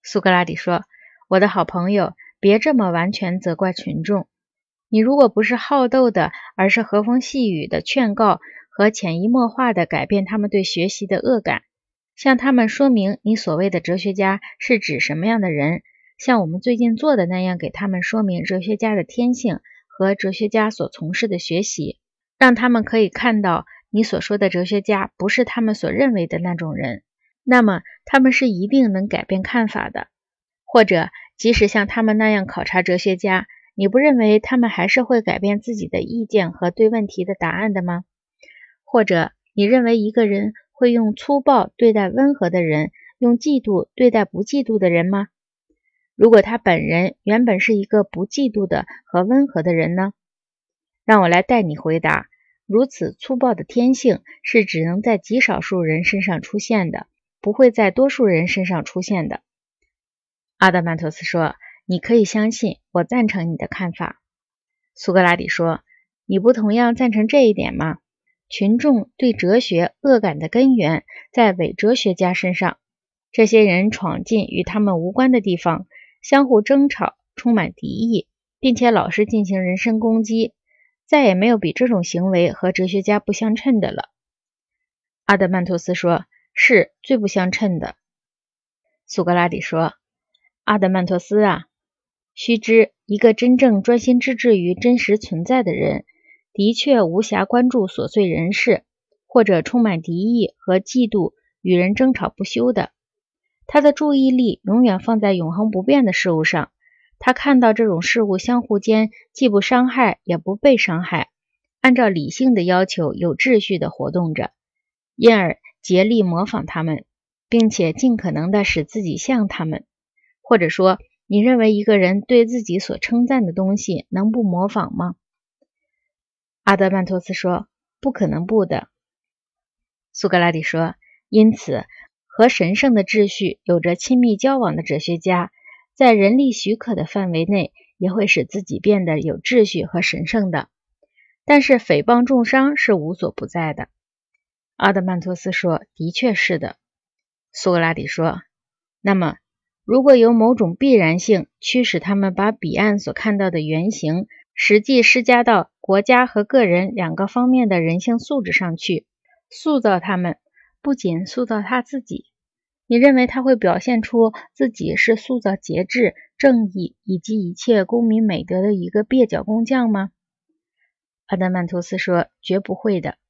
苏格拉底说，我的好朋友，别这么完全责怪群众。你如果不是好斗的，而是和风细雨的劝告和潜移默化的改变他们对学习的恶感，向他们说明你所谓的哲学家是指什么样的人，像我们最近做的那样给他们说明哲学家的天性和哲学家所从事的学习，让他们可以看到你所说的哲学家不是他们所认为的那种人，那么他们是一定能改变看法的。或者即使像他们那样考察哲学家，你不认为他们还是会改变自己的意见和对问题的答案的吗？或者你认为一个人会用粗暴对待温和的人，用嫉妒对待不嫉妒的人吗？如果他本人原本是一个不嫉妒的和温和的人呢？让我来代你回答，如此粗暴的天性是只能在极少数人身上出现的，不会在多数人身上出现的。阿德曼托斯说，你可以相信我赞成你的看法。苏格拉底说，你不同样赞成这一点吗？群众对哲学恶感的根源在伪哲学家身上，这些人闯进与他们无关的地方，相互争吵，充满敌意，并且老是进行人身攻击，再也没有比这种行为和哲学家不相称的了。阿德曼托斯说，是最不相称的。苏格拉底说，阿德曼托斯啊，须知一个真正专心致志于真实存在的人，的确无暇关注琐碎人事，或者充满敌意和嫉妒与人争吵不休的。他的注意力永远放在永恒不变的事物上，他看到这种事物相互间既不伤害也不被伤害，按照理性的要求有秩序地活动着，因而竭力模仿他们，并且尽可能地使自己像他们。或者说，你认为一个人对自己所称赞的东西能不模仿吗？阿德曼托斯说，不可能不的。苏格拉底说，因此和神圣的秩序有着亲密交往的哲学家，在人力许可的范围内也会使自己变得有秩序和神圣的，但是诽谤重伤是无所不在的。阿德曼托斯说，的确是的。苏格拉底说，那么如果有某种必然性驱使他们把彼岸所看到的原型实际施加到国家和个人两个方面的人性素质上去，塑造他们，不仅塑造他自己，你认为他会表现出自己是塑造节制、正义以及一切公民美德的一个蹩脚工匠吗？阿德曼托斯说，绝不会的。